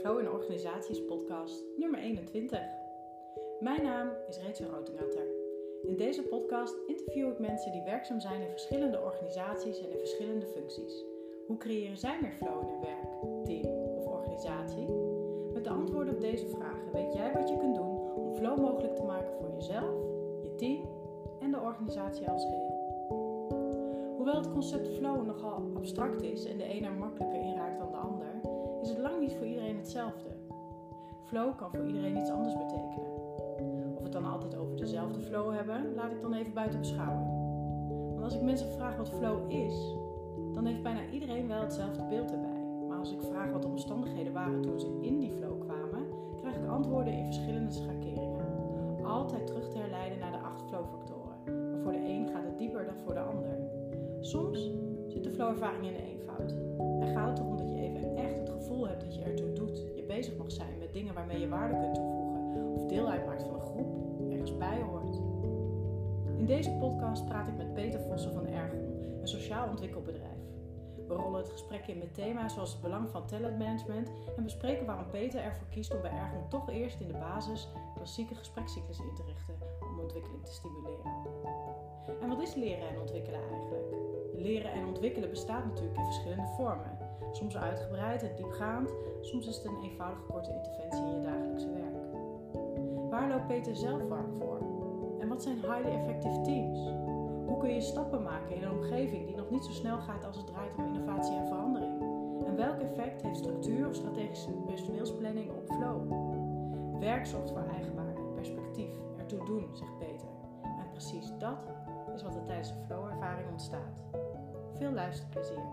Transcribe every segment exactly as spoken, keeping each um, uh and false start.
Flow in Organisaties podcast nummer eenentwintig. Mijn naam is Rachel Rotengatter. In deze podcast interview ik mensen die werkzaam zijn in verschillende organisaties en in verschillende functies. Hoe creëren zij meer flow in hun werk, team of organisatie? Met de antwoorden op deze vragen weet jij wat je kunt doen om flow mogelijk te maken voor jezelf, je team en de organisatie als geheel. Hoewel het concept flow nogal abstract is en de een er makkelijker in raakt dan de ander, is het lang niet voor iedereen hetzelfde. Flow kan voor iedereen iets anders betekenen. Of we het dan altijd over dezelfde flow hebben, laat ik dan even buiten beschouwing. Want als ik mensen vraag wat flow is, dan heeft bijna iedereen wel hetzelfde beeld erbij. Maar als ik vraag wat de omstandigheden waren toen ze in die flow kwamen, krijg ik antwoorden in verschillende schakeringen. Altijd terug te herleiden naar de acht flowfactoren. Maar voor de een gaat het dieper dan voor de ander. Soms zit de flowervaring in de eenvoud. En gaat het erom dat je even echt het gevoel hebt dat je ertoe doet, je bezig mag zijn met dingen waarmee je waarde kunt toevoegen of deel uitmaakt van een groep, ergens bij hoort. In deze podcast praat ik met Peter Vossen van Ergon, een sociaal ontwikkelbedrijf. We rollen het gesprek in met thema's zoals het belang van talentmanagement en bespreken waarom Peter ervoor kiest om bij Ergon toch eerst in de basis klassieke gesprekscyclus in te richten om ontwikkeling te stimuleren. En wat is leren en ontwikkelen eigenlijk? Leren en ontwikkelen bestaat natuurlijk in verschillende vormen. Soms uitgebreid en diepgaand, soms is het een eenvoudige korte interventie in je dagelijkse werk. Waar loopt Peter zelf warm voor? En wat zijn highly effective teams? Hoe kun je stappen maken in een omgeving die nog niet zo snel gaat als het draait om innovatie en verandering? En welk effect heeft structuur of strategische personeelsplanning op flow? Werk zorgt voor eigenwaarde, perspectief, ertoe doen, zegt Peter. En precies dat is wat er tijdens de flow-ervaring ontstaat. Veel luisterplezier.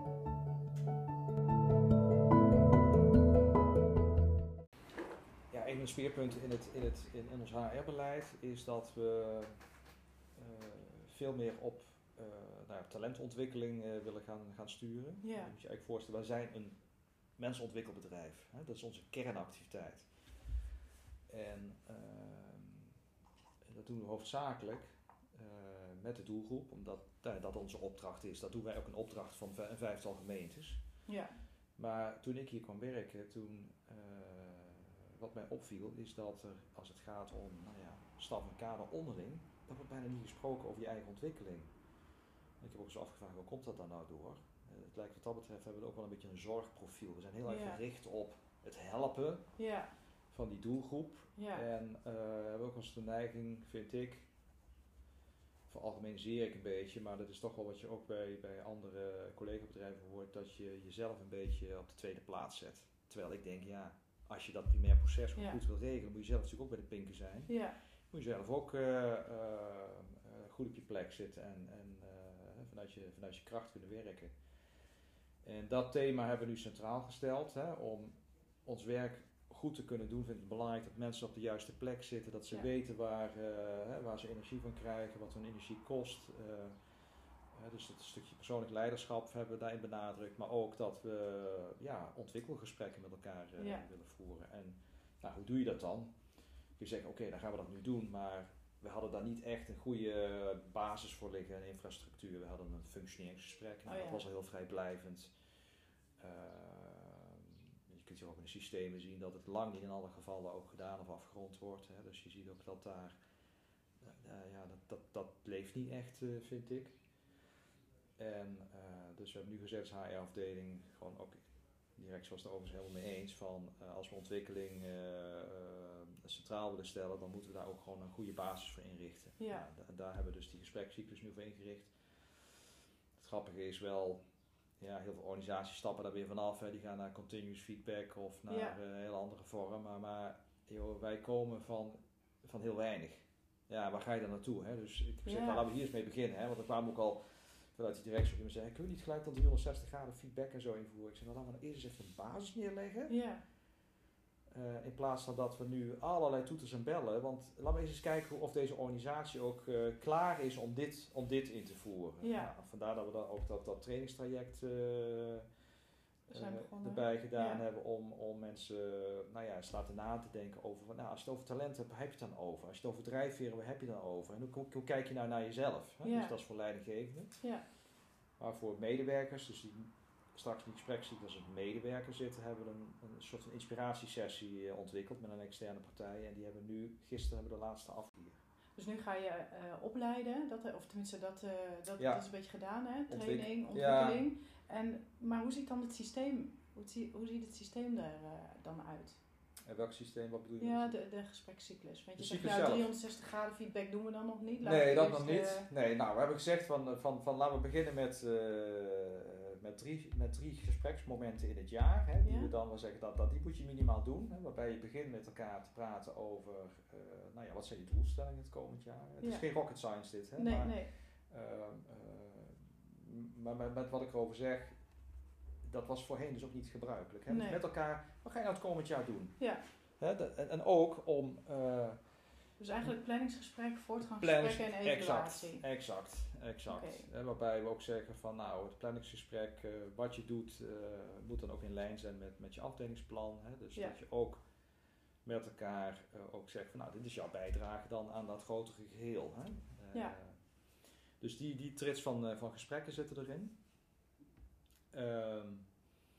Ja, een van de speerpunten in, het, in, het, in, in ons H R-beleid is dat we uh, veel meer op uh, nou, talentontwikkeling uh, willen gaan, gaan sturen. Ja. Je moet je eigenlijk voorstellen, wij zijn een mensenontwikkelbedrijf. Hè? Dat is onze kernactiviteit. En uh, dat doen we hoofdzakelijk uh, met de doelgroep, omdat uh, dat onze opdracht is. Dat doen wij ook een opdracht van een vijftal gemeentes. Ja. Maar toen ik hier kwam werken, toen, uh, wat mij opviel, is dat er, als het gaat om nou ja, staf en kader onderling, dan wordt bijna niet gesproken over je eigen ontwikkeling. En ik heb ook eens afgevraagd, hoe komt dat dan nou door? Uh, het lijkt wat dat betreft, hebben we ook wel een beetje een zorgprofiel. We zijn heel erg Ja. gericht op het helpen Ja. van die doelgroep. Ja. En uh, we hebben ook als de neiging, vind ik, veralgemeniseer ik een beetje, maar dat is toch wel wat je ook bij, bij andere collega-bedrijven hoort, dat je jezelf een beetje op de tweede plaats zet. Terwijl ik denk, ja, als je dat primair proces ja. goed wil regelen, moet je zelf natuurlijk ook bij de pinken zijn. Ja. Moet je zelf ook uh, uh, goed op je plek zitten en, en uh, vanuit, je, vanuit je kracht kunnen werken. En dat thema hebben we nu centraal gesteld, hè, om ons werk goed te kunnen doen. Vind ik het belangrijk dat mensen op de juiste plek zitten, dat ze ja. weten waar, uh, hè, waar ze energie van krijgen, wat hun energie kost. Uh, uh, dus dat stukje persoonlijk leiderschap hebben we daarin benadrukt, maar ook dat we ja, ontwikkelgesprekken met elkaar uh, ja. willen voeren. En nou, hoe doe je dat dan? Je zegt, oké, okay, dan gaan we dat nu doen, maar we hadden daar niet echt een goede basis voor liggen, een infrastructuur. We hadden een functioneringsgesprek, nou, oh, ja. dat was al heel vrijblijvend. Uh, Je kunt hier ook in de systemen zien dat het lang niet in alle gevallen ook gedaan of afgerond wordt. Hè. Dus je ziet ook dat daar, uh, ja, dat, dat, dat leeft niet echt, uh, vind ik. En uh, dus we hebben nu gezet als H R-afdeling, gewoon ook, de directie was het er overigens helemaal mee eens, van uh, als we ontwikkeling uh, uh, centraal willen stellen, dan moeten we daar ook gewoon een goede basis voor inrichten. Ja. Ja, da- daar hebben we dus die gesprekscyclus nu voor ingericht. Het grappige is wel, ja, heel veel organisaties stappen daar weer vanaf. Hè. Die gaan naar continuous feedback of naar ja. uh, een hele andere vorm. Maar, maar joh, wij komen van, van heel weinig. Ja, waar ga je dan naartoe? Hè? Dus ik zeg, ja. nou, laten we hier eens mee beginnen. Hè? Want er kwamen ook al vanuit die directie op en zeggen, kun je niet gelijk dan driehonderdzestig graden feedback en zo invoeren? Ik zeg, nou, laten we nou eerst eens even een basis neerleggen. Ja. Uh, in plaats van dat we nu allerlei toeters en bellen. Want laten we eens eens kijken of deze organisatie ook uh, klaar is om dit, om dit in te voeren. Ja. Nou, vandaar dat we dan ook dat, dat trainingstraject uh, uh, erbij gedaan ja. hebben om, om mensen nou ja, eens laten na te denken over, van, nou, als je het over talent hebt, waar heb je het dan over? Als je het over drijfveren, waar heb je het dan over? En hoe, hoe, hoe kijk je nou naar jezelf? Hè? Ja. Dus dat is voor leidinggevenden. Ja. Maar voor medewerkers, dus die straks die gesprekscyclus als medewerker zitten, hebben we een, een soort van inspiratiesessie uh, ontwikkeld met een externe partij. En die hebben nu, gisteren hebben we de laatste afvier. Dus nu ga je uh, opleiden, dat, of tenminste dat, uh, dat, ja. dat is een beetje gedaan, hè? Training, Ontwik- ontwikkeling. Ja. En, maar hoe ziet dan het systeem, hoe, zie, hoe ziet het systeem er uh, dan uit? En welk systeem, wat bedoel je? Ja, de, de gesprekscyclus. Want je de zegt, cyclus nou, zelf. driehonderdzestig graden feedback doen we dan nog niet. Laat nee, dat eerst, nog niet. Uh, nee, nou, we hebben gezegd van, van, van laten we beginnen met, uh, met, drie, met drie gespreksmomenten in het jaar. Hè, die ja? we dan wel zeggen, dat, dat die moet je minimaal doen. Hè, waarbij je begint met elkaar te praten over, uh, nou ja, wat zijn je doelstellingen het komend jaar. Het ja. is geen rocket science dit. Hè, nee, maar, nee. Uh, uh, maar met, met wat ik erover zeg, dat was voorheen dus ook niet gebruikelijk. Hè? Nee. Dus met elkaar, wat ga je nou het komend jaar doen? Ja. Hè, de, en, en ook om... Uh, dus eigenlijk planningsgesprek, voortgangsgesprekken en evaluatie. Exact, exact, exact. Okay. Hè, waarbij we ook zeggen van nou, het planningsgesprek, uh, wat je doet, uh, moet dan ook in lijn zijn met, met je afdelingsplan. Hè? Dus ja. dat je ook met elkaar uh, ook zegt van nou, dit is jouw bijdrage dan aan dat grotere geheel. Hè? Uh, ja. Dus die, die trits van, uh, van gesprekken zitten erin. Um,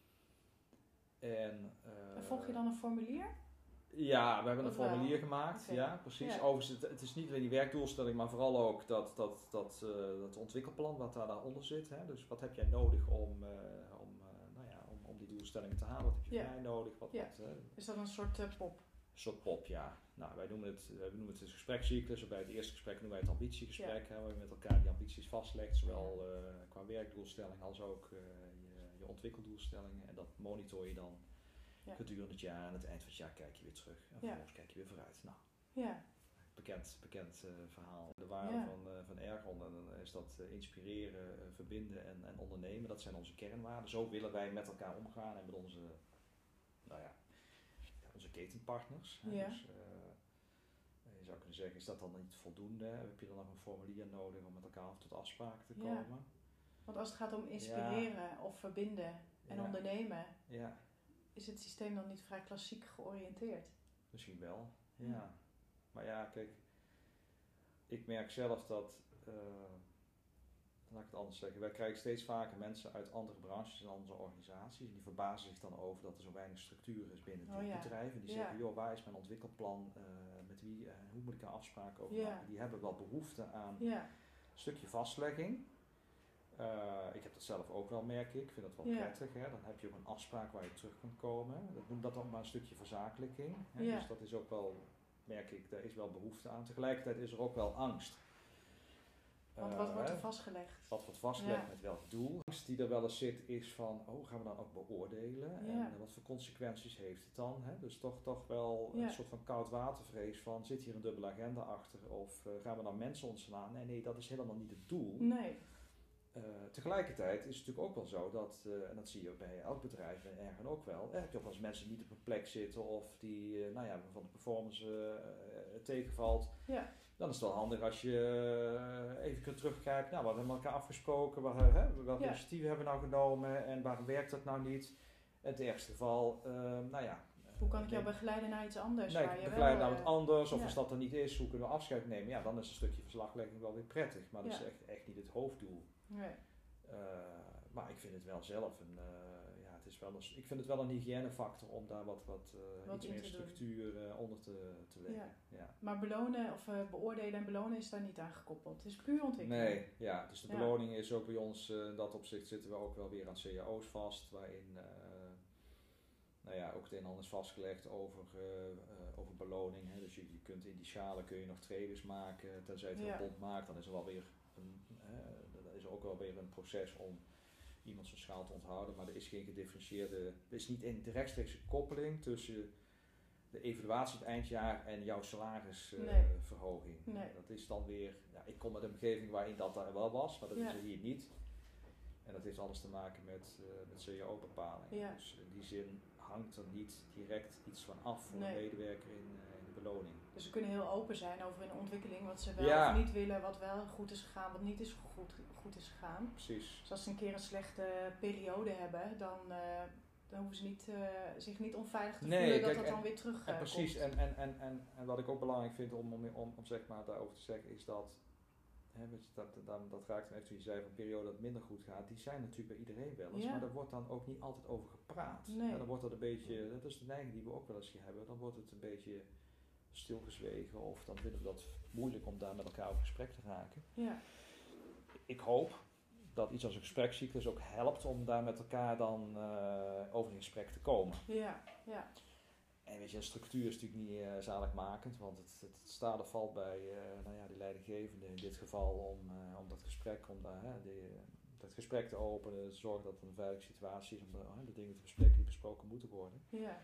en, uh, en volg je dan een formulier? Ja, we hebben een of formulier wel? gemaakt. Okay. Ja, precies. Ja. Overigens, het, het is niet alleen die werkdoelstelling, maar vooral ook dat, dat, dat, uh, dat ontwikkelplan wat daar daaronder zit. Hè? Dus wat heb jij nodig om, uh, om, uh, nou ja, om, om die doelstellingen te halen? Wat heb je ja. van mij nodig? Wat, ja. wat, uh, is dat een soort uh, pop? Een soort pop, ja. Nou, wij noemen het, wij noemen het een gesprekscyclus. Bij het eerste gesprek noemen wij het ambitiegesprek. Ja. Hè, waar je met elkaar die ambities vastlegt. Zowel uh, qua werkdoelstelling als ook uh, je, je ontwikkeldoelstellingen. En dat monitor je dan ja. gedurende het jaar. Aan het eind van het jaar kijk je weer terug. En vervolgens ja. kijk je weer vooruit. Nou, ja. bekend, bekend uh, verhaal. De waarde ja. van, uh, van Ergon en dan is dat uh, inspireren, uh, verbinden en, en ondernemen. Dat zijn onze kernwaarden. Zo willen wij met elkaar omgaan en met onze, nou ja, onze ketenpartners. Ja. Dus, uh, je zou kunnen zeggen, is dat dan niet voldoende? Heb je dan nog een formulier nodig om met elkaar tot afspraken te komen? Ja. Want als het gaat om inspireren ja. of verbinden en ja. ondernemen, ja. is het systeem dan niet vrij klassiek georiënteerd? Misschien wel, ja. ja. Maar ja, kijk, ik merk zelf dat, uh, laat ik het anders zeggen, wij krijgen steeds vaker mensen uit andere branches en andere organisaties en die verbazen zich dan over dat er zo weinig structuur is binnen oh, dit ja. bedrijf. En die ja. zeggen, joh, waar is mijn ontwikkelplan, uh, met wie en uh, hoe moet ik daar afspraken over ja. maken? Die hebben wel behoefte aan ja. een stukje vastlegging. Uh, ik heb dat zelf ook wel, merk ik. Ik vind dat wel ja. prettig. Hè? Dan heb je ook een afspraak waar je terug kunt komen. Dat noemt dat ook maar een stukje verzakelijking. Hè? Ja. Dus dat is ook wel, merk ik, daar is wel behoefte aan. Tegelijkertijd is er ook wel angst. Want wat uh, wordt er hè? vastgelegd? Wat wordt vastgelegd ja. met welk doel? Angst die er wel eens zit is van, oh, gaan we dan ook beoordelen? Ja. En uh, wat voor consequenties heeft het dan? Hè? Dus toch, toch wel ja. een soort van koudwatervrees van, zit hier een dubbele agenda achter? Of uh, gaan we dan mensen ontslaan? Nee, nee, dat is helemaal niet het doel. Nee. Uh, tegelijkertijd is het natuurlijk ook wel zo dat, uh, en dat zie je bij elk bedrijf en ergens ook wel, eh, heb je ook wel eens mensen die niet op een plek zitten of die uh, nou ja, van de performance uh, tegenvalt. Ja. Dan is het wel handig als je uh, even kunt terugkijken, nou wat hebben we elkaar afgesproken, wat, uh, welke ja. initiatieven hebben we nou genomen en waarom werkt dat nou niet. In het ergste geval, uh, nou ja. Hoe kan ik jou begeleiden naar iets anders? Nee, waar je begeleiden wel, naar wat anders, of ja. als dat er niet is, hoe kunnen we afscheid nemen? Ja, dan is een stukje verslaglegging wel weer prettig, maar dat ja. is echt, echt niet het hoofddoel. Nee. Uh, maar ik vind het wel zelf een, uh, ja, het is wel een, ik vind het wel een hygiënefactor om daar wat, wat, uh, wat iets meer structuur uh, onder te, te leggen. Ja. Ja. Maar belonen of uh, beoordelen en belonen is daar niet aan gekoppeld. Het is puur ontwikkeling. Nee, ja, dus de ja. beloning is ook bij ons, uh, in dat opzicht zitten we ook wel weer aan C A O's vast, waarin uh, nou ja, ook het een en ander is vastgelegd over, uh, uh, over beloning. Hè. Dus je, je kunt in die schalen kun je nog traders maken, tenzij het ja. heel bond maakt, dan is er wel weer een, uh, dat is ook wel weer een proces om iemand zijn schaal te onthouden, maar er is geen gedifferentieerde, er is niet een rechtstreekse koppeling tussen de evaluatie het eindjaar en jouw salarisverhoging. Uh, nee. nee. Dat is dan weer, ja, ik kom uit een omgeving waarin dat daar wel was, maar dat ja. is er hier niet. En dat heeft alles te maken met, uh, met C A O-bepalingen. Ja. Dus in die zin hangt er niet direct iets van af voor nee. een medewerker in, uh, in de beloning. Dus ze kunnen heel open zijn over hun ontwikkeling, wat ze wel ja. of niet willen, wat wel goed is gegaan, wat niet is goed, goed is gegaan. Precies. Dus als ze een keer een slechte periode hebben, dan, uh, dan hoeven ze niet, uh, zich niet onveilig te nee, voelen kijk, dat dat en, dan weer terug uh, en precies. komt. En, en, en, en, en wat ik ook belangrijk vind om, om, om, om zeg maar daarover te zeggen is dat hè, weet je, dat, dan, dat raakt dan even toen je zei van een periode dat het minder goed gaat, die zijn natuurlijk bij iedereen wel eens, Ja. maar daar wordt dan ook niet altijd over gepraat. Nee. Ja, dan wordt dat een beetje, dat is de neiging die we ook wel eens hebben, dan wordt het een beetje stilgezwegen of dan vinden we dat moeilijk om daar met elkaar over gesprek te raken. Ja. Ik hoop dat iets als een gesprekscyclus ook helpt om daar met elkaar dan uh, over in gesprek te komen. Ja, ja. En weet je, een structuur is natuurlijk niet uh, zaligmakend, want het, het, het staat of valt bij uh, nou ja, die leidinggevende in dit geval om, uh, om dat gesprek, om daar, hè, die, dat gesprek te openen, te zorgen dat het een veilige situatie is om de, uh, de dingen te bespreken die besproken moeten worden. Ja.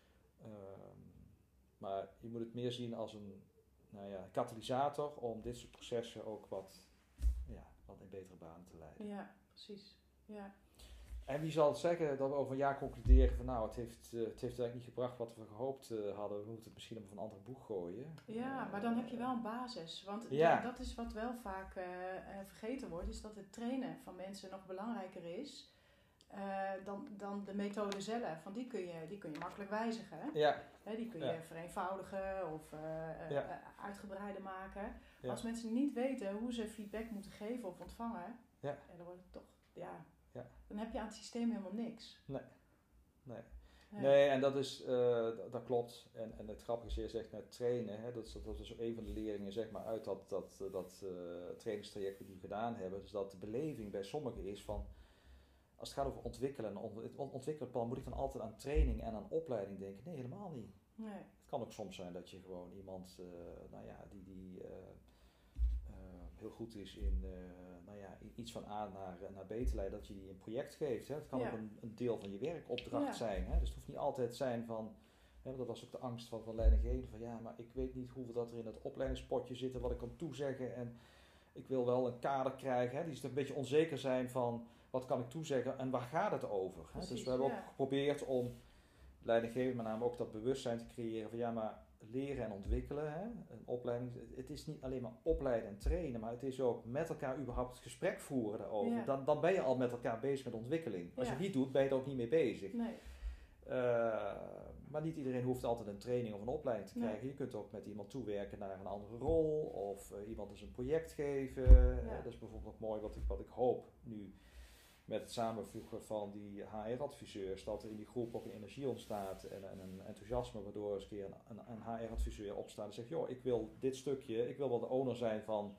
Um, maar je moet het meer zien als een nou ja, katalysator om dit soort processen ook wat, ja, wat in betere banen te leiden. Ja, precies. Ja. En wie zal het zeggen dat we over een jaar concluderen van nou, het heeft, uh, het heeft eigenlijk niet gebracht wat we gehoopt uh, hadden. We moeten het misschien op een ander boeg gooien. Ja, maar dan heb je wel een basis. Want ja. d- dat is wat wel vaak uh, uh, vergeten wordt, is dat het trainen van mensen nog belangrijker is uh, dan, dan de methode zelf. Want die kun je, die kun je makkelijk wijzigen. Ja. Hè, die kun je ja. vereenvoudigen of uh, uh, ja. uh, uitgebreider maken. Ja. Als mensen niet weten hoe ze feedback moeten geven of ontvangen, ja. ja, dan wordt het toch, ja, ja. dan heb je aan het systeem helemaal niks. Nee. Nee. Ja. Nee, en dat is, uh, dat klopt. En, en het grappige is, je zegt net trainen, hè, dat, is, dat is ook een van de leerlingen zeg maar, uit dat, dat, dat uh, trainingstraject die we gedaan hebben. Dus dat de beleving bij sommigen is van, als het gaat over ontwikkelen, het ontwikkelplan, moet ik dan altijd aan training en aan opleiding denken? Nee, helemaal niet. Nee. Het kan ook soms zijn dat je gewoon iemand, uh, nou ja, die, die uh, uh, heel goed is in, uh, nou ja, iets van A naar, naar B te leiden, dat je die een project geeft. Hè. Het kan ja. ook een, een deel van je werkopdracht ja. zijn. Hè. Dus het hoeft niet altijd te zijn van, hè, dat was ook de angst van, van leidinggevenden, van ja, maar ik weet niet hoeveel dat er in het opleidingspotje zit en wat ik kan toezeggen en ik wil wel een kader krijgen. Hè. Die is een beetje onzeker zijn van, wat kan ik toezeggen en waar gaat het over? Hè. Precies, dus we hebben ja. ook geprobeerd om leidinggevenden met name ook dat bewustzijn te creëren van ja, maar leren en ontwikkelen, hè? Een opleiding, het is niet alleen maar opleiden en trainen, maar het is ook met elkaar überhaupt het gesprek voeren daarover. Ja. Dan, dan ben je al met elkaar bezig met ontwikkeling. Als ja. je het niet doet, ben je er ook niet mee bezig. Nee. Uh, maar niet iedereen hoeft altijd een training of een opleiding te krijgen. Nee. Je kunt ook met iemand toewerken naar een andere rol of uh, iemand eens een project geven. Ja. Uh, dat is bijvoorbeeld ook mooi wat ik, wat ik hoop nu met het samenvoegen van die H R-adviseurs, dat er in die groep ook een energie ontstaat en, en een enthousiasme, waardoor eens een keer een, een, een H R-adviseur opstaat en zegt, joh, ik wil dit stukje, ik wil wel de owner zijn van,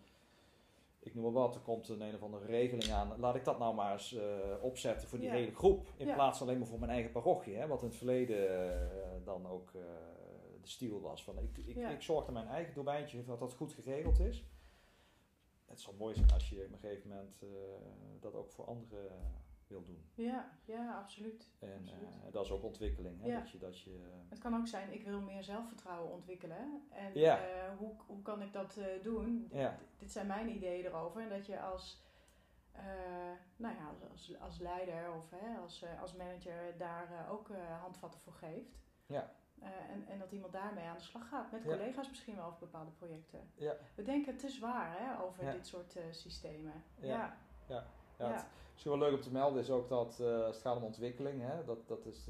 ik noem maar wat, er komt een een of andere regeling aan, laat ik dat nou maar eens uh, opzetten voor die ja. hele groep, in ja. plaats van alleen maar voor mijn eigen parochie, hè, wat in het verleden uh, dan ook uh, de stiel was. Van, ik, ik, ja. ik zorg dat mijn eigen domeintje, dat dat goed geregeld is. Het zal mooi zijn als je op een gegeven moment uh, dat ook voor anderen uh, wil doen. Ja, ja, absoluut. En absoluut. Uh, dat is ook ontwikkeling. Hè? Ja. Dat je, dat je, uh, het kan ook zijn, ik wil meer zelfvertrouwen ontwikkelen. En ja. uh, hoe, hoe kan ik dat uh, doen? Ja. D- dit zijn mijn ideeën erover. En dat je als, uh, nou ja, als, als, als leider of hè, als, uh, als manager daar uh, ook uh, handvatten voor geeft. Ja. Uh, en, en dat iemand daarmee aan de slag gaat. Met ja. collega's misschien wel over bepaalde projecten. Ja. We denken te zwaar hè, over ja. dit soort uh, systemen. Ja. Ja. Ja. Ja, ja. het is misschien wel leuk om te melden is ook dat uh, als het gaat om ontwikkeling, hè, dat, dat is het,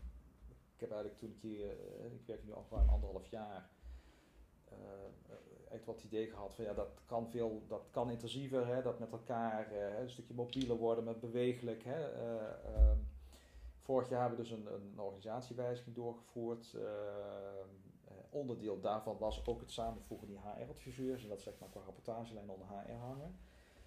ik heb eigenlijk toen ik hier, uh, ik werk nu al ruim anderhalf jaar, uh, echt wat het idee gehad van ja, dat kan veel, dat kan intensiever, hè, dat met elkaar uh, een stukje mobieler worden, met bewegelijk. Hè, uh, uh, vorig jaar hebben we dus een, een organisatiewijziging doorgevoerd. Uh, uh, onderdeel daarvan was ook het samenvoegen die H R-adviseurs en dat zeg maar qua rapportagelijn onder H R hangen.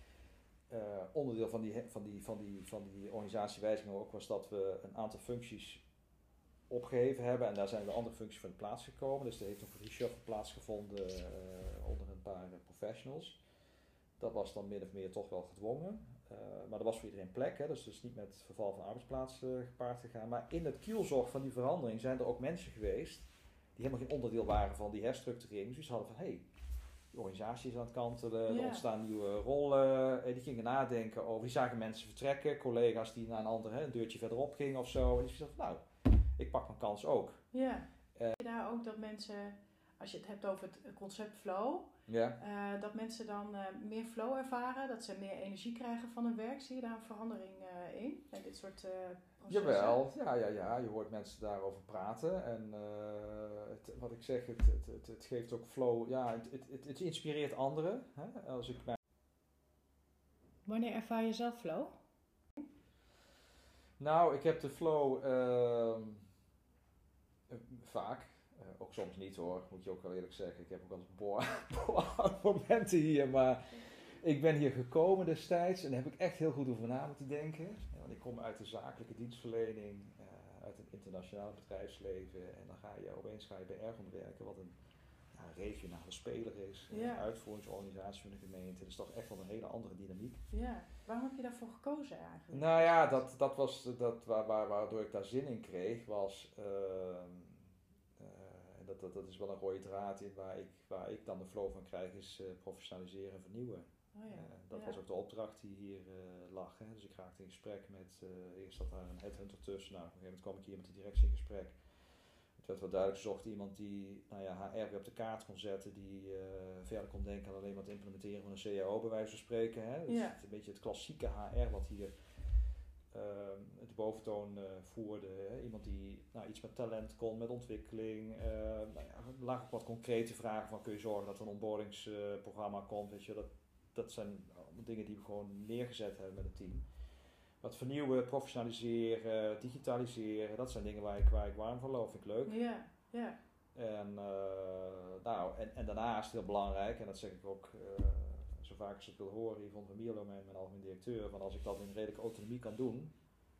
Uh, onderdeel van die, van, die, van, die, van die organisatiewijziging ook was dat we een aantal functies opgeheven hebben en daar zijn de andere functies van in plaats gekomen. Dus er heeft nog een reshuffle plaatsgevonden uh, onder een paar uh, professionals. Dat was dan min of meer toch wel gedwongen. Uh, maar er was voor iedereen plek, hè, dus het is niet met het verval van de arbeidsplaats uh, gepaard gegaan. Maar in het kielzog van die verandering zijn er ook mensen geweest die helemaal geen onderdeel waren van die herstructurering. Dus die hadden van, hé, hey, de organisatie is aan het kantelen, ja. er ontstaan nieuwe rollen. En die gingen nadenken over, die zagen mensen vertrekken, collega's die naar een ander, hè, een deurtje verderop gingen of zo. En die zeiden van, nou, ik pak mijn kans ook. Ja. Uh, daar ook dat mensen, als je het hebt over het concept flow, ja. uh, dat mensen dan uh, meer flow ervaren, dat ze meer energie krijgen van hun werk. Zie je daar een verandering uh, in, bij dit soort uh, processen? Jawel, ja, ja, ja, je hoort mensen daarover praten en uh, het, wat ik zeg, het, het, het, het geeft ook flow, ja, het, het, het, het inspireert anderen. Hè? Als ik mij Wanneer ervaar je zelf flow? Nou, ik heb de flow uh, vaak. Uh, ook soms niet hoor, moet je ook wel eerlijk zeggen. Ik heb ook wel eens boa momenten hier, maar ik ben hier gekomen destijds en daar heb ik echt heel goed over na moeten denken. Ja, want ik kom uit de zakelijke dienstverlening, uh, uit het internationale bedrijfsleven en dan ga je opeens ga je bij Ergon werken, wat een ja, regionale speler is, Ja. een uitvoeringsorganisatie van de gemeente. Dat is toch echt wel een hele andere dynamiek. Ja, waarom heb je daarvoor gekozen eigenlijk? Nou ja, dat, dat was dat waar, waar, waardoor ik daar zin in kreeg, was, uh, uh, dat, dat, dat is wel een rode draad in waar ik, waar ik dan de flow van krijg, is uh, professionaliseren en vernieuwen. Oh ja. Uh, dat ja. was ook de opdracht die hier uh, lag. Hè. Dus ik raakte in gesprek met, uh, eerst zat daar een headhunter tussen, nou op een gegeven moment kwam ik hier met de directie in gesprek. Het werd wel duidelijk gezocht iemand die nou ja, H R weer op de kaart kon zetten, die uh, verder kon denken aan alleen maar het implementeren van een C A O bij wijze van spreken. Hè. Dus Ja. het, een beetje het klassieke H R wat hier uh, de boventoon uh, voerde. Hè. Iemand die nou, iets met talent kon, met ontwikkeling. Uh, nou ja, er lagen ook wat concrete vragen van kun je zorgen dat er een onboardingsprogramma uh, komt. Weet je, dat, dat zijn dingen die we gewoon neergezet hebben met het team. Wat vernieuwen, professionaliseren, digitaliseren, dat zijn dingen waar ik, waar ik warm van loop, vind ik leuk. Ja, ja. En, uh, nou, en, en daarnaast heel belangrijk, en dat zeg ik ook uh, zo vaak als ik het wil horen, Yvonne van Mierlo, mijn, mijn algemeen directeur, van als ik dat in redelijke autonomie kan doen,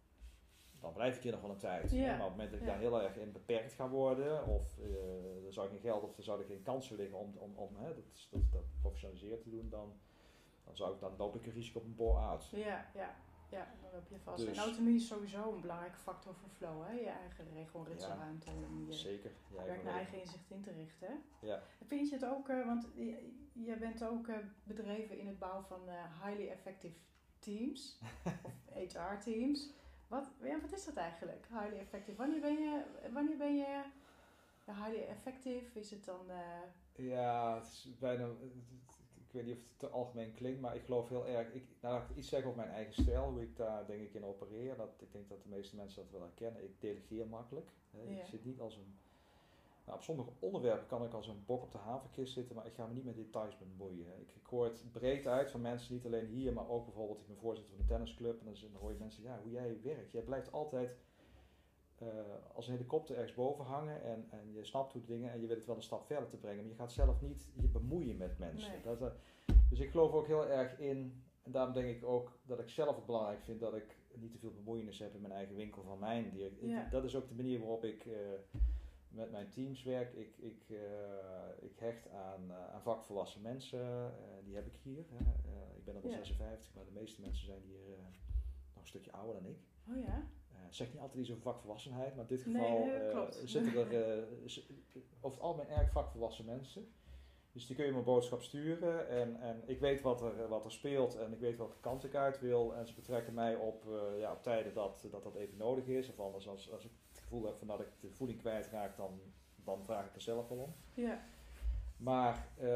dan blijf ik hier nog wel een tijd. Ja. Maar op het moment dat ik ja. daar heel erg in beperkt ga worden, of uh, er zou ik geen geld of er zou er geen kansen liggen om, om, om hè, dat, dat, dat professionaliseren te doen, dan, dan, zou ik, dan loop ik een risico op een bore-out. Ja, ja. Ja, dan loop je vast. Dus, en autonomie is sowieso een belangrijke factor voor flow, hè? Je eigen regelritselruimte. Ja, en je zeker. Ja, werkt naar eigen inzicht in te richten. Ja. Vind je het ook, uh, want je, je bent ook uh, bedreven in het bouwen van uh, highly effective teams, of H R teams. Wat, ja, wat is dat eigenlijk, highly effective? Wanneer ben je, wanneer ben je uh, highly effective? Is het dan... Uh... Ja, het is bijna... Ik weet niet of het te algemeen klinkt, maar ik geloof heel erg... Ik, nou, laat ik iets zeggen over mijn eigen stijl, hoe ik daar denk ik in opereer. Dat, ik denk dat de meeste mensen dat wel herkennen. Ik delegeer makkelijk. Hè. Ja. Ik zit niet als een... Nou, op sommige onderwerpen kan ik als een bok op de haverkist zitten, maar ik ga me niet met details bemoeien. Ik, ik hoor het breed uit van mensen, niet alleen hier, maar ook bijvoorbeeld, ik ben voorzitter van een tennisclub en dan, dan hoor je mensen, ja, hoe jij werkt. Jij blijft altijd uh, als een helikopter ergens boven hangen en, en je snapt hoe de dingen en je weet het wel een stap verder te brengen, maar je gaat zelf niet je bemoeien met mensen. Nee. Dat, uh, dus ik geloof ook heel erg in, en daarom denk ik ook dat ik zelf het belangrijk vind dat ik niet te veel bemoeienis heb in mijn eigen winkel van mijn dier. Ja. Dat is ook de manier waarop ik... Uh, met mijn teams werk. Ik, ik, uh, ik hecht aan, uh, aan vakvolwassen mensen. Uh, die heb ik hier. Hè. Uh, ik ben er al ja. zesenvijftig, maar de meeste mensen zijn hier uh, nog een stukje ouder dan ik. Oh ja? Uh, zeg niet altijd iets over vakvolwassenheid, maar in dit geval nee, nee, uh, zitten er uh, z- over het algemeen erg vakvolwassen mensen. Dus die kun je mijn boodschap sturen en, en ik weet wat er, wat er speelt en ik weet welke kant ik uit wil. En ze betrekken mij op, uh, ja, op tijden dat, dat dat even nodig is. Of anders als, als ik het gevoel heb van dat ik de voeding kwijtraak, dan, dan vraag ik er zelf wel om. Ja. Maar uh,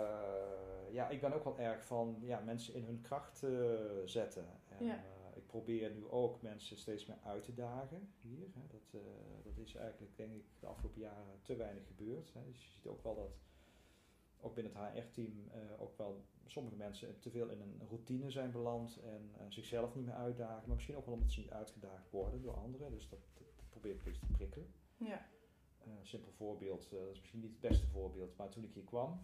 ja, ik ben ook wel erg van ja, mensen in hun kracht uh, zetten. En, ja. uh, ik probeer nu ook mensen steeds meer uit te dagen hier. Hè. Dat, uh, dat is eigenlijk denk ik de afgelopen jaren te weinig gebeurd. Hè. Dus je ziet ook wel dat ook binnen het H R-team uh, ook wel sommige mensen te veel in een routine zijn beland en uh, zichzelf niet meer uitdagen. Maar misschien ook wel omdat ze niet uitgedaagd worden door anderen. Dus dat, dat, dat probeer ik een beetje te prikkelen. Ja. Een uh, simpel voorbeeld, uh, dat is misschien niet het beste voorbeeld, maar toen ik hier kwam,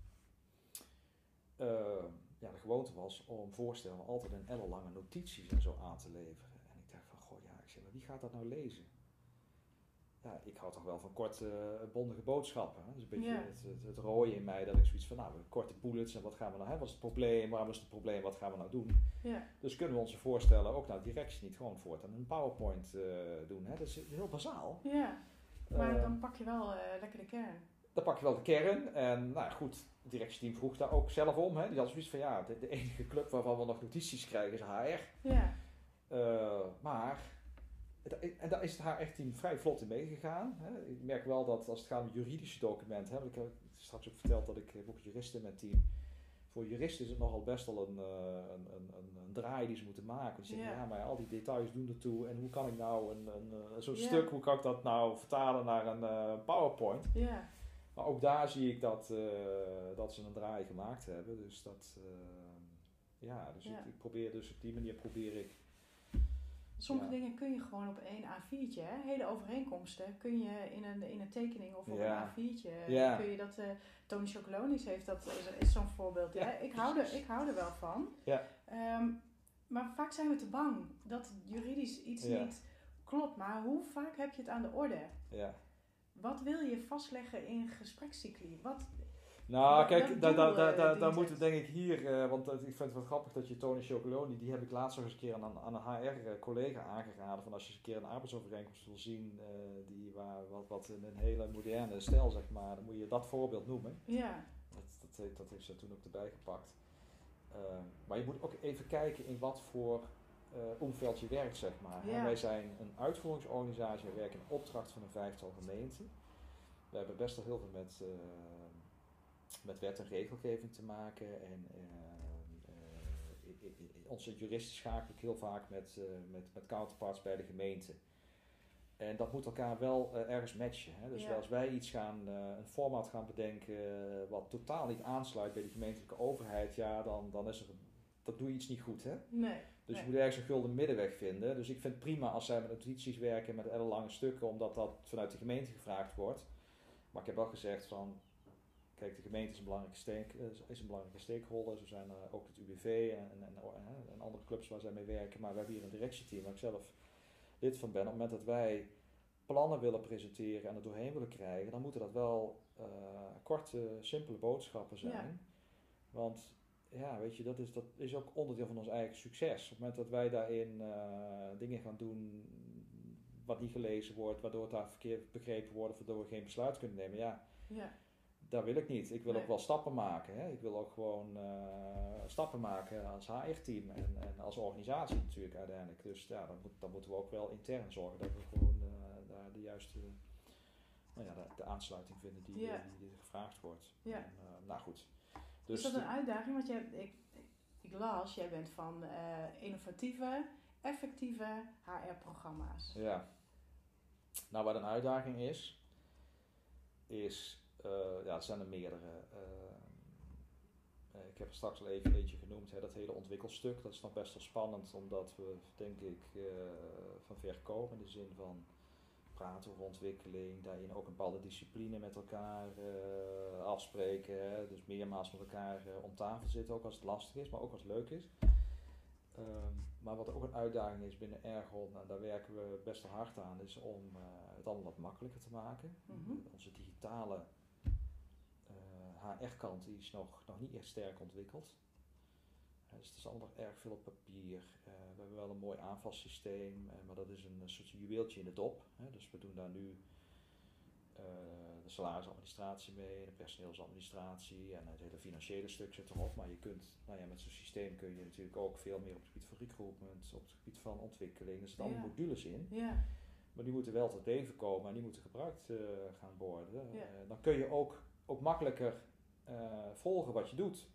uh, ja, de gewoonte was om voorstellen altijd een ellenlange notities en zo aan te leveren. En ik dacht van, goh ja, ik zeg, maar wie gaat dat nou lezen? Ja, ik hou toch wel van korte, uh, bondige boodschappen. Hè? Dus een beetje ja. het, het, het rooie in mij dat ik zoiets van, nou, korte bullets en wat gaan we nou, hè? Wat is het probleem, waarom is het probleem, wat gaan we nou doen? Ja. Dus kunnen we onze voorstellen ook nou directie niet gewoon voortaan een PowerPoint uh, doen. Hè? Dat is heel bazaal. Ja, maar uh, dan pak je wel uh, lekker de kern. Dan pak je wel de kern en nou goed, het directieteam vroeg daar ook zelf om. Hè? Die had zoiets van, ja, de, de enige club waarvan we nog notities krijgen is H R. Ja. Uh, maar... En daar is het H R-team vrij vlot in meegegaan. Hè. Ik merk wel dat als het gaat om juridische documenten, hè, want ik heb straks ook verteld dat ik heb ook juristen in mijn team. Voor juristen is het nogal best wel een, een, een, een, een draai die ze moeten maken. Die zeggen, ja. ja, maar al die details doen ertoe. En hoe kan ik nou een, een, zo'n ja. stuk, hoe kan ik dat nou vertalen naar een uh, PowerPoint? Ja. Maar ook daar zie ik dat, uh, dat ze een draai gemaakt hebben. Dus dat... Uh, ja, dus ja. Ik, ik probeer dus op die manier probeer ik. Sommige ja. dingen kun je gewoon op één A viertje, hè? Hele overeenkomsten kun je in een, in een tekening of op Ja. een A viertje, Ja. kun je dat, uh, Tony Chocolonis heeft dat, is, is zo'n voorbeeld. Ja, hè? Ik, hou er, ik hou er wel van. Ja. Um, maar vaak zijn we te bang dat juridisch iets ja. niet klopt. Maar hoe vaak heb je het aan de orde? Ja. Wat wil je vastleggen in gesprekscycli? Wat... Nou, Wat, kijk, daar da, da, da, da moeten we het? denk ik hier, uh, want uh, ik vind het wel grappig dat je Tony Chocoloni, die heb ik laatst nog eens een keer aan, aan een H R-collega aangeraden, van als je eens een keer een arbeidsovereenkomst wil zien, uh, die waar, wat, wat in een hele moderne stijl, zeg maar, dan moet je dat voorbeeld noemen. Ja. Dat, dat, heeft, dat heeft ze toen ook erbij gepakt. Uh, maar je moet ook even kijken in wat voor uh, omveld je werkt, zeg maar. Ja. Wij zijn een uitvoeringsorganisatie, we werken in opdracht van een vijftal gemeenten. We hebben best wel heel veel met... Uh, met wet en regelgeving te maken en uh, uh, i, i, onze juristen schakelen heel vaak met, uh, met, met counterparts bij de gemeente. En dat moet elkaar wel uh, ergens matchen. Hè? Dus ja. als wij iets gaan, uh, een format gaan bedenken uh, wat totaal niet aansluit bij de gemeentelijke overheid, ja, dan, dan is er, dat doe je iets niet goed. Hè? Nee. Dus nee. je moet ergens een gulden middenweg vinden. Dus ik vind het prima als zij met notities werken met ellenlange stukken, omdat dat vanuit de gemeente gevraagd wordt. Maar ik heb wel gezegd van, kijk, de gemeente is een belangrijke, steek, is een belangrijke stakeholder. Zo zijn uh, ook het U B V en, en, en, en andere clubs waar zij mee werken. Maar we hebben hier een directieteam waar ik zelf lid van ben. Op het moment dat wij plannen willen presenteren en er doorheen willen krijgen, dan moeten dat wel uh, korte, simpele boodschappen zijn. Ja. Want ja, weet je, dat is, dat is ook onderdeel van ons eigen succes. Op het moment dat wij daarin uh, dingen gaan doen wat niet gelezen wordt, waardoor het daar verkeerd begrepen wordt, of waardoor we geen besluit kunnen nemen, ja. ja. Dat wil ik niet. Ik wil nee. ook wel stappen maken. Hè. Ik wil ook gewoon uh, stappen maken als H R-team en, en als organisatie natuurlijk uiteindelijk. Dus ja, dan, moet, dan moeten we ook wel intern zorgen dat we gewoon uh, daar de juiste nou ja, de, de aansluiting vinden die, ja. die, die gevraagd wordt. Ja. En, uh, nou goed. Dus is dat een uitdaging? Want jij, ik, ik las, jij bent van uh, innovatieve, effectieve H R-programma's. Ja. Nou, wat een uitdaging is, is... Uh, ja, het zijn er meerdere. Uh, uh, ik heb er straks al even eentje genoemd, hè, dat hele ontwikkelstuk. Dat is nog best wel spannend, omdat we, denk ik, uh, van ver komen. In de zin van praten over ontwikkeling, daarin ook een bepaalde discipline met elkaar uh, afspreken. Hè, dus meermaals met elkaar uh, om tafel zitten, ook als het lastig is, maar ook als het leuk is. Um, maar wat ook een uitdaging is binnen Ergon, en daar werken we best wel hard aan, is om uh, het allemaal wat makkelijker te maken. Mm-hmm. Onze digitale H R-kant die is nog, nog niet echt sterk ontwikkeld. Uh, dus het is allemaal nog erg veel op papier. Uh, we hebben wel een mooi aanvalsysteem, uh, maar dat is een, een soort juweeltje in de dop. Hè. Dus we doen daar nu uh, de salarisadministratie mee, de personeelsadministratie en het hele financiële stuk zit erop. Maar je kunt, nou ja, met zo'n systeem kun je natuurlijk ook veel meer op het gebied van recruitment, op het gebied van ontwikkeling. Er zitten allemaal ja. modules in. Ja. Maar die moeten wel tot leven komen en die moeten gebruikt uh, gaan worden. Ja. Uh, dan kun je ook, ook makkelijker uh, volgen wat je doet.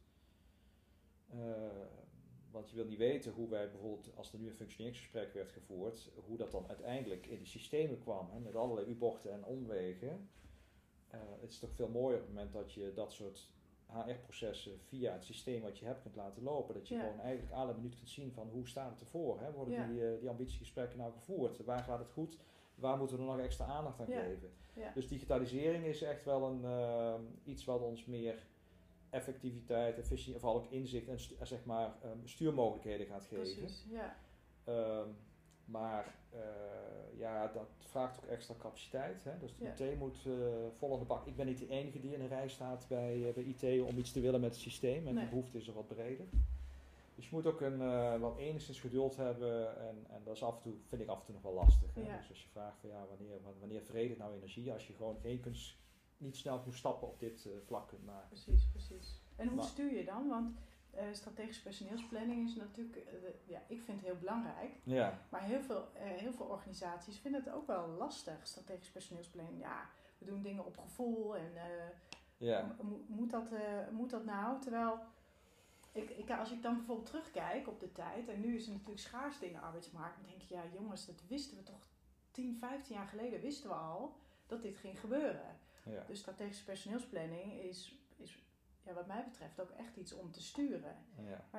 Uh, want je wil niet weten hoe wij bijvoorbeeld, als er nu een functioneringsgesprek werd gevoerd, hoe dat dan uiteindelijk in de systemen kwam, hè, met allerlei U-bochten en omwegen. Uh, het is toch veel mooier op het moment dat je dat soort H R-processen via het systeem wat je hebt kunt laten lopen. Dat je ja. gewoon eigenlijk alle minuut kunt zien van hoe staat het ervoor. Hè? Worden ja. die, uh, die ambitiegesprekken nou gevoerd? Waar gaat het goed? Waar moeten we er nog extra aandacht aan ja. geven? Ja. Dus digitalisering is echt wel een, uh, iets wat ons meer effectiviteit, efficiëntie, vooral ook inzicht en stu- zeg maar, um, stuurmogelijkheden gaat geven. Precies, ja. Um, maar uh, ja, dat vraagt ook extra capaciteit. Hè? Dus de ja. I T moet uh, vol aan de bak. Ik ben niet de enige die in een rij staat bij, uh, bij I T om iets te willen met het systeem. En nee. de behoefte is er wat breder. Dus je moet ook een, uh, wel enigszins geduld hebben. En, en dat is af en toe, vind ik af en toe nog wel lastig. Hè? Ja. Dus als je vraagt van ja, wanneer, wanneer vredigt nou energie? Als je gewoon geen kunt, niet snel genoeg stappen op dit uh, vlak kunt maken. Precies, precies. En hoe maar, stuur je dan? Want uh, strategische personeelsplanning is natuurlijk, uh, de, ja, ik vind het heel belangrijk. Ja. Maar heel veel, uh, heel veel organisaties vinden het ook wel lastig, strategische personeelsplanning. Ja, we doen dingen op gevoel en uh, ja. mo- moet, dat, uh, moet dat nou? Terwijl, ik, ik, als ik dan bijvoorbeeld terugkijk op de tijd, en nu is er natuurlijk schaarste in de arbeidsmarkt, dan denk je, ja jongens, dat wisten we toch tien, vijftien jaar geleden, wisten we al dat dit ging gebeuren. Ja. Dus strategische personeelsplanning is, is ja, wat mij betreft ook echt iets om te sturen. Ja. Maar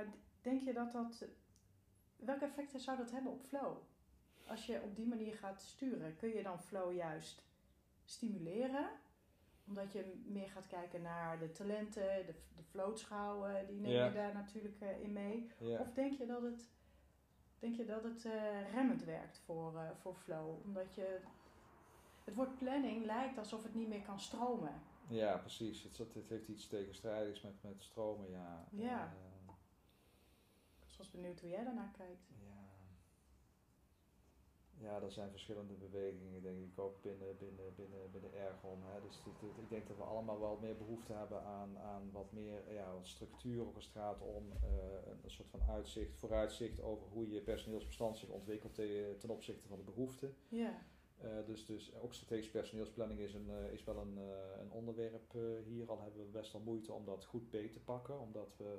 denk je dat dat... Welke effecten zou dat hebben op flow? Als je op die manier gaat sturen, kun je dan flow juist stimuleren? Omdat je meer gaat kijken naar de talenten, de, de floatschouwen, die neem je Ja. daar natuurlijk uh, in mee. Ja. Of denk je dat het, denk je dat het uh, remmend werkt voor, uh, voor flow? Omdat je... Het woord planning lijkt alsof het niet meer kan stromen. Ja, precies. Het, het heeft iets tegenstrijdigs met, met stromen, ja. Ja. Uh, Ik was benieuwd hoe jij daarnaar kijkt. Ja. Ja, er zijn verschillende bewegingen, denk ik, ook binnen, binnen, binnen, binnen Ergon. Hè. Dus dit, dit, ik denk dat we allemaal wel meer behoefte hebben aan, aan wat meer ja, wat structuur op een straat om uh, een soort van uitzicht, vooruitzicht over hoe je personeelsbestand zich ontwikkelt te, ten opzichte van de behoeften. Ja. Uh, dus, dus ook strategische personeelsplanning is, een, uh, is wel een, uh, een onderwerp uh, hier. Al hebben we best wel moeite om dat goed beet te pakken, omdat we...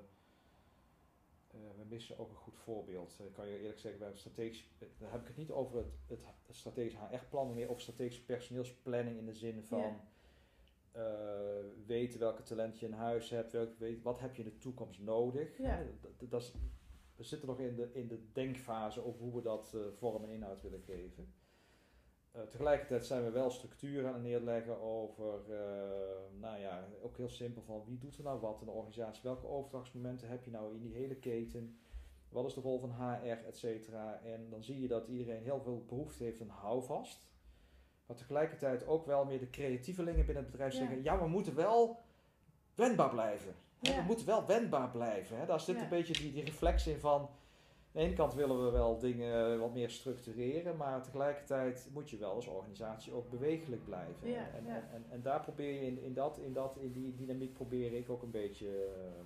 Uh, we missen ook een goed voorbeeld. Ik uh, kan je eerlijk zeggen, bij strategisch, uh, dan heb ik het niet over het, het, het strategisch H R-plan, maar meer over strategische personeelsplanning in de zin van yeah. uh, weten welke talent je in huis hebt, welke, weet, wat heb je in de toekomst nodig. Yeah. Uh, dat, dat is, we zitten nog in de, in de denkfase over hoe we dat uh, vorm en inhoud willen geven. Uh, tegelijkertijd zijn we wel structuren aan het neerleggen over, uh, nou ja, ook heel simpel van wie doet er nou wat in de organisatie, welke overdrachtsmomenten heb je nou in die hele keten, wat is de rol van H R, et cetera. En dan zie je dat iedereen heel veel behoefte heeft aan houvast, maar tegelijkertijd ook wel meer de creatievelingen binnen het bedrijf ja. zeggen, ja, we moeten wel wendbaar blijven. Ja. Hè? We moeten wel wendbaar blijven. Hè? Daar zit ja. een beetje die, die reflex in van, aan de ene kant willen we wel dingen wat meer structureren, maar tegelijkertijd moet je wel als organisatie ook bewegelijk blijven. Ja, en, ja. En, en, en daar probeer je in, in, dat, in, dat, in die dynamiek probeer ik ook een beetje, uh,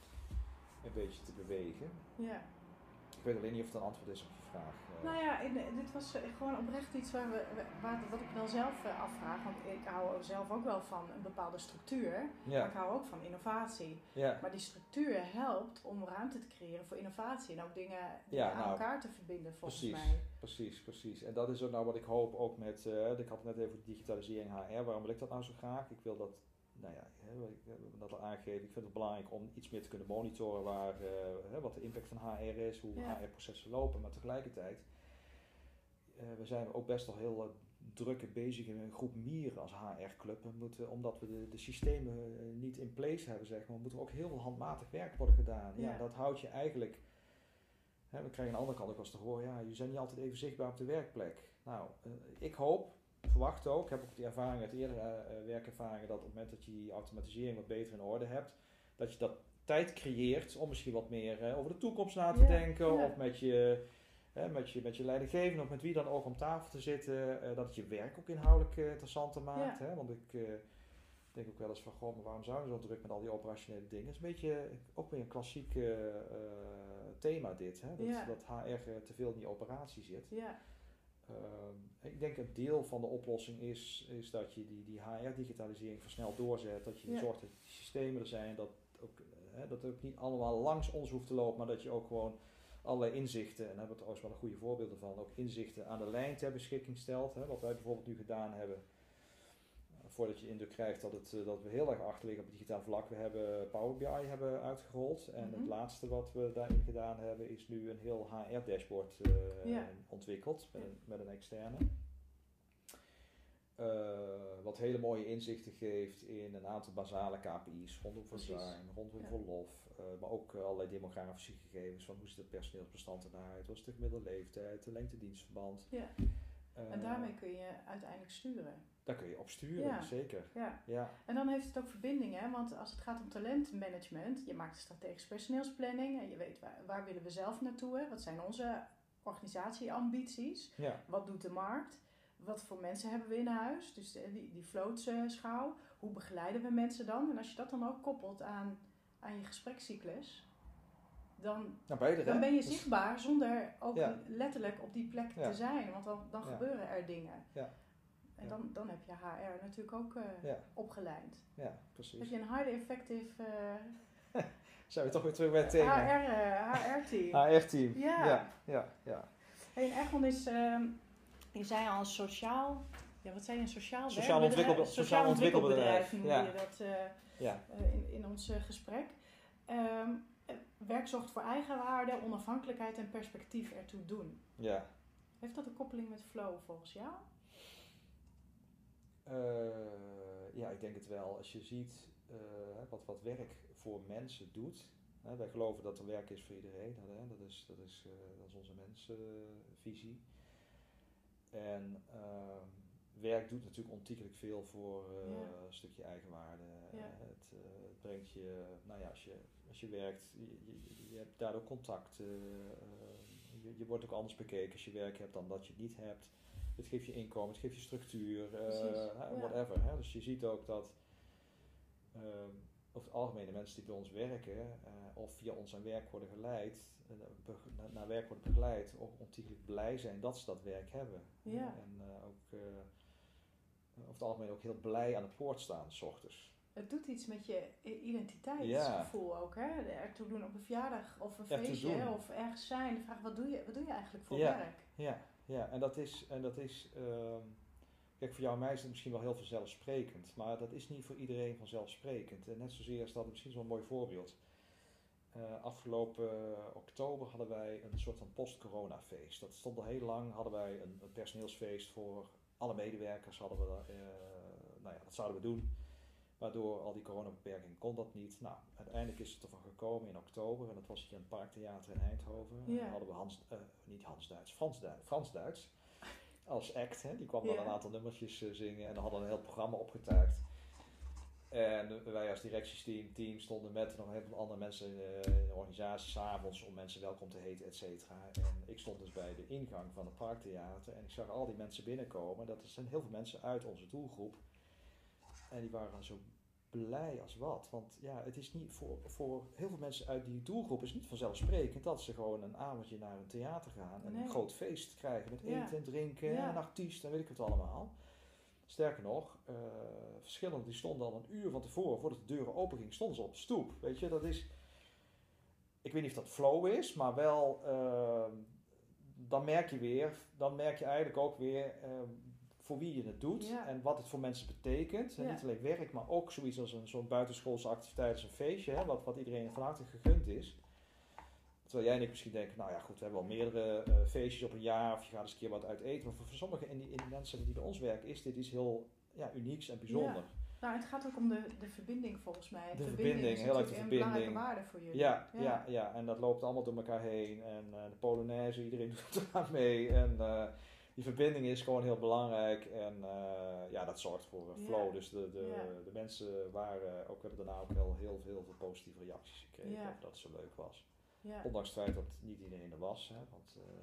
een beetje te bewegen. Ja. Ik weet alleen niet of het een antwoord is op je vraag. Uh. Nou ja, in, dit was gewoon oprecht iets waar we, waar, wat ik wel zelf uh, afvraag, want ik hou zelf ook wel van een bepaalde structuur, ja. maar ik hou ook van innovatie. Ja. Maar die structuur helpt om ruimte te creëren voor innovatie en ook dingen, dingen ja, aan nou, elkaar te verbinden volgens precies, mij. Precies, precies. En dat is ook nou wat ik hoop ook met, uh, ik had het net even over digitalisering H R, waarom wil ik dat nou zo graag? Ik wil dat, nou ja, hè, ik heb dat al aangegeven, ik vind het belangrijk om iets meer te kunnen monitoren waar, uh, hè, wat de impact van H R is, hoe ja. H R-processen lopen, maar tegelijkertijd Uh, we zijn ook best wel heel uh, druk en bezig in een groep mieren als H R-club. We moeten, omdat we de, de systemen uh, niet in place hebben, zeg maar, moet er ook heel veel handmatig werk worden gedaan. Ja. Ja, dat houdt je eigenlijk... Hè, we krijgen aan de andere kant ook wel eens te horen, ja, je bent niet altijd even zichtbaar op de werkplek. Nou, uh, ik hoop, verwacht ook, ik heb ook die ervaring uit eerdere uh, werkervaringen, dat op het moment dat je die automatisering wat beter in orde hebt, dat je dat tijd creëert om misschien wat meer uh, over de toekomst na te ja. denken, ja. of met je... He, met, je, met je leidinggevende of met wie dan ook om tafel te zitten, uh, dat het je werk ook inhoudelijk uh, interessanter maakt. Ja. Hè? Want ik uh, denk ook wel eens van, goh, maar waarom zijn we zo druk met al die operationele dingen? Het is een beetje, ook weer een klassiek uh, uh, thema dit, hè? Dat, ja. dat H R uh, te veel in die operatie zit. Ja. Uh, ik denk een deel van de oplossing is, is dat je die, die H R-digitalisering versneld doorzet, dat je ja. zorgt dat die systemen er zijn, dat, ook, uh, dat het ook niet allemaal langs ons hoeft te lopen, maar dat je ook gewoon allerlei inzichten, en daar hebben we trouwens wel een goede voorbeelden van, ook inzichten aan de lijn ter beschikking stelt. Hè, wat wij bijvoorbeeld nu gedaan hebben, uh, voordat je indruk krijgt dat, het, uh, dat we heel erg achter liggen op het digitaal vlak. We hebben Power B I hebben uitgerold en mm-hmm. het laatste wat we daarin gedaan hebben is nu een heel H R-dashboard uh, yeah. ontwikkeld met, yeah. een, met een externe. Uh, wat hele mooie inzichten geeft in een aantal basale K P I's rondom verzuim, rondom ja. verlof, uh, maar ook uh, allerlei demografische gegevens van hoe ziet het personeelsbestand eruit, wat is de gemiddelde leeftijd, de lengte dienstverband. Ja. Uh, en daarmee kun je uiteindelijk sturen. Daar kun je op sturen, ja. zeker. Ja. Ja. En dan heeft het ook verbindingen, want als het gaat om talentmanagement, je maakt een strategische personeelsplanning en je weet waar, waar willen we zelf naartoe, hè? Wat zijn onze organisatieambities, ja. wat doet de markt. Wat voor mensen hebben we in huis? Dus die, die floatschouw. Hoe begeleiden we mensen dan? En als je dat dan ook koppelt aan, aan je gesprekscyclus, dan, nou, beide, dan ben je dus, zichtbaar zonder ook ja. letterlijk op die plek ja. te zijn. Want dan, dan ja. gebeuren er dingen. Ja. En dan, dan heb je H R natuurlijk ook uh, ja. opgeleid. Ja, precies. Heb je een highly effective... Uh, zijn we toch weer terug bij het thema. H R, uh, H R-team. H R-team, ja. ja. ja, ja. Hey, en Ergon is... Uh, Je zei al een sociaal, ja wat zei je, een sociaal, sociaal ontwikkelbedrijf, sociaal ontwikkelbedrijf noemde ja. je dat uh, ja. uh, in, in ons uh, gesprek. Um, werk zorgt voor eigenwaarde, onafhankelijkheid en perspectief ertoe doen. Ja. Heeft dat een koppeling met flow volgens jou? Uh, ja, ik denk het wel. Als je ziet uh, wat, wat werk voor mensen doet. Hè, wij geloven dat er werk is voor iedereen. Hè, dat, is, dat, is, uh, dat is onze mensenvisie. En uh, werk doet natuurlijk ontiegelijk veel voor uh, ja. een stukje eigenwaarde. Ja. Het, uh, het brengt je, nou ja, als je, als je werkt, je, je, je hebt daardoor contact. Uh, je, je wordt ook anders bekeken als je werk hebt dan dat je het niet hebt. Het geeft je inkomen, het geeft je structuur, uh, ja. whatever. Hè? Dus je ziet ook dat uh, over het algemeen de mensen die bij ons werken uh, of via ons aan werk worden geleid, uh, be- naar werk worden begeleid, ook ontiegelijk blij zijn dat ze dat werk hebben. Ja. En uh, ook uh, over het algemeen ook heel blij aan de poort staan, 's ochtends. Het doet iets met je identiteitsgevoel ja. ook, hè? Ertoe doen op een verjaardag of een feestje of ergens zijn. De vraag, wat doe je, wat doe je eigenlijk voor ja. werk? Ja, ja, en dat is, en dat is uh, kijk, voor jou en mij is het misschien wel heel vanzelfsprekend, maar dat is niet voor iedereen vanzelfsprekend. En net zozeer is dat misschien zo'n mooi voorbeeld. Uh, afgelopen uh, oktober hadden wij een soort van post-corona feest. Dat stond al heel lang, hadden wij een, een personeelsfeest voor alle medewerkers. Hadden we, uh, nou ja, dat zouden we doen. Maar door al die coronabeperkingen kon dat niet. Nou, uiteindelijk is het ervan gekomen in oktober. En dat was hier in het Parktheater in Eindhoven. Ja. Dan hadden we Hans, uh, niet Hans-Duits, Frans-Duits, Frans-Duits als act. Hè. Die kwam ja. dan een aantal nummertjes uh, zingen. En dan hadden we een heel programma opgetuigd. En wij als directiesteam team stonden met nog een heleboel andere mensen uh, in de organisatie 's avonds om mensen welkom te heten, et cetera. En ik stond dus bij de ingang van het Parktheater. En ik zag al die mensen binnenkomen. Dat zijn heel veel mensen uit onze doelgroep. En die waren dan zo blij als wat. Want ja, het is niet voor, voor heel veel mensen uit die doelgroep is het niet vanzelfsprekend dat ze gewoon een avondje naar een theater gaan en nee. een groot feest krijgen met ja. eten en drinken ja. en een artiest en weet ik het allemaal. Sterker nog, uh, verschillende die stonden al een uur van tevoren, voordat de deuren open gingen, stonden ze op de stoep. Weet je, dat is, ik weet niet of dat flow is, maar wel, uh, dan merk je weer, dan merk je eigenlijk ook weer uh, voor wie je het doet ja. en wat het voor mensen betekent. En ja. niet alleen werk, maar ook zoiets als een zo'n buitenschoolse activiteit als een feestje, hè, wat, wat iedereen van harte gegund is. Terwijl jij en ik misschien denken, nou ja goed, we hebben wel meerdere uh, feestjes op een jaar of je gaat eens een keer wat uit eten. Maar voor, voor sommigen in die, in die mensen die bij ons werken is dit iets heel ja, unieks en bijzonder. Ja. Nou, het gaat ook om de, de verbinding volgens mij. De, de verbinding, verbinding is heel erg de een verbinding. belangrijke waarde voor jullie. Ja, ja. ja, ja, en dat loopt allemaal door elkaar heen. En uh, de Polonaise, iedereen doet er aan mee. En uh, die verbinding is gewoon heel belangrijk. En uh, ja, dat zorgt voor uh, flow. Ja. Dus de, de, ja. de mensen waren ook, hebben daarna ook wel heel veel, veel positieve reacties gekregen. Ja. Of dat het zo leuk was. Ja. Ondanks het feit dat niet iedereen er was. Hè, want uh,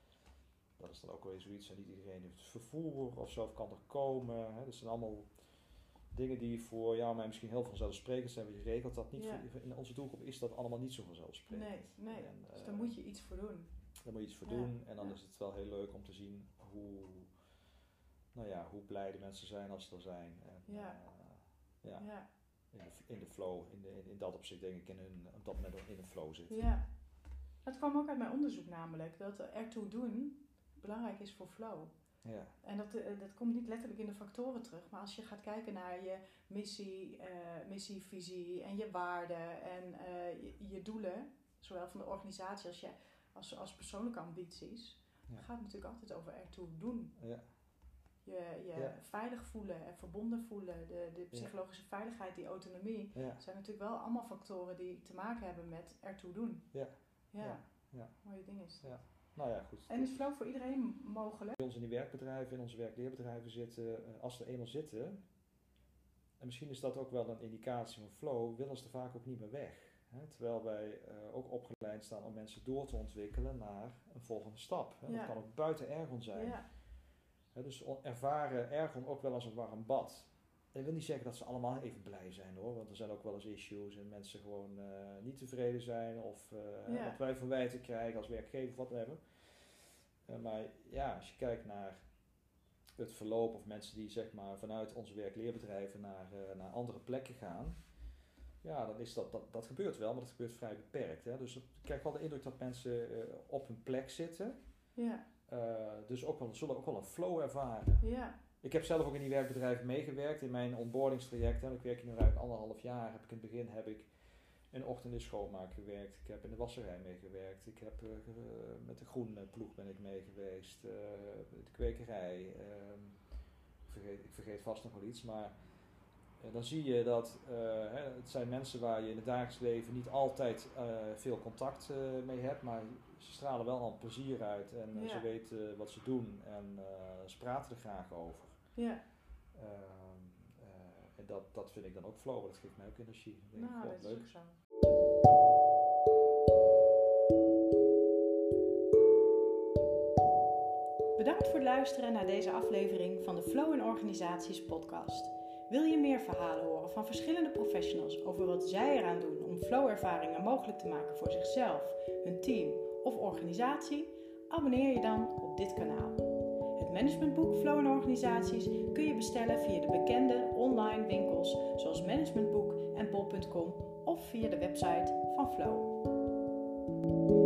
dat is dan ook wel weer zoiets. En niet iedereen heeft vervoer of zo of kan er komen. Hè. Dat zijn allemaal dingen die voor jou en mij misschien heel vanzelfsprekend zijn geregeld. Dat niet ja. voor, in onze doelgroep is dat allemaal niet zo vanzelfsprekend. Nee, nee. En, uh, dus daar moet je iets voor doen. Daar moet je iets voor ja. doen. En dan ja. is het wel heel leuk om te zien hoe, nou ja, hoe blij de mensen zijn als ze er zijn. En, ja. Uh, ja. ja. In, de, in de flow, in, de, in, in dat opzicht denk ik in hun, op dat moment in een flow zitten. Ja. Dat kwam ook uit mijn onderzoek namelijk. Dat ertoe doen belangrijk is voor flow. Ja. En dat, uh, dat komt niet letterlijk in de factoren terug. Maar als je gaat kijken naar je missie, uh, missie, visie en je waarden en uh, je, je doelen. Zowel van de organisatie als, je, als, als persoonlijke ambities. Ja. Dan gaat het natuurlijk altijd over ertoe doen. Ja. Je, je ja. veilig voelen en verbonden voelen, de, de psychologische ja. veiligheid, die autonomie, ja. zijn natuurlijk wel allemaal factoren die te maken hebben met ertoe doen. Ja. Ja, ja. ja. mooie ding is. Ja. Nou ja, goed. En is flow voor iedereen mogelijk? Bij ons in die werkbedrijven, in onze werkleerbedrijven zitten, als ze er eenmaal zitten, en misschien is dat ook wel een indicatie van flow, willen ze er vaak ook niet meer weg. Hè? Terwijl wij uh, ook opgeleid staan om mensen door te ontwikkelen naar een volgende stap. Hè? Ja. Dat kan ook buiten Ergon zijn. Ja. He, dus ervaren Ergon ook wel als een warm bad. En ik wil niet zeggen dat ze allemaal even blij zijn hoor, want er zijn ook wel eens issues en mensen gewoon uh, niet tevreden zijn of uh, ja. wat wij verwijten krijgen als werkgever of whatever. Uh, maar ja, als je kijkt naar het verloop of mensen die zeg maar vanuit onze werkleerbedrijven naar, uh, naar andere plekken gaan, ja, dan is dat, dat, dat gebeurt wel, maar dat gebeurt vrij beperkt. Hè? Dus ik krijg wel de indruk dat mensen uh, op hun plek zitten. Ja. Uh, dus ook wel, zullen ook wel een flow ervaren. Ja. Ik heb zelf ook in die werkbedrijven meegewerkt in mijn onboardingstraject. Hè. Ik werk hier nu ruim anderhalf jaar. Heb ik in het begin heb ik in de ochtend in de schoonmaak gewerkt. Ik heb in de wasserij meegewerkt. Ik heb uh, met de groenploeg ben ik mee geweest. Uh, de kwekerij. Uh, ik, vergeet, ik vergeet vast nog wel iets. Maar uh, dan zie je dat uh, hè, het zijn mensen waar je in het dagelijks leven niet altijd uh, veel contact uh, mee hebt. Maar ze stralen wel al plezier uit. En uh, ja. ze weten wat ze doen. En uh, ze praten er graag over. Ja. Uh, uh, en dat, dat vind ik dan ook flow. Dat geeft mij ook energie. Ik denk, Nou, goh, dat is leuk. ook zo. Bedankt voor het luisteren naar deze aflevering van de Flow in Organisaties podcast. Wil je meer verhalen horen van verschillende professionals over wat zij eraan doen om flow-ervaringen mogelijk te maken voor zichzelf, hun team of organisatie? Abonneer je dan op dit kanaal. Het managementboek Flow in Organisaties kun je bestellen via de bekende online winkels zoals Managementboek en bol punt com of via de website van Flow.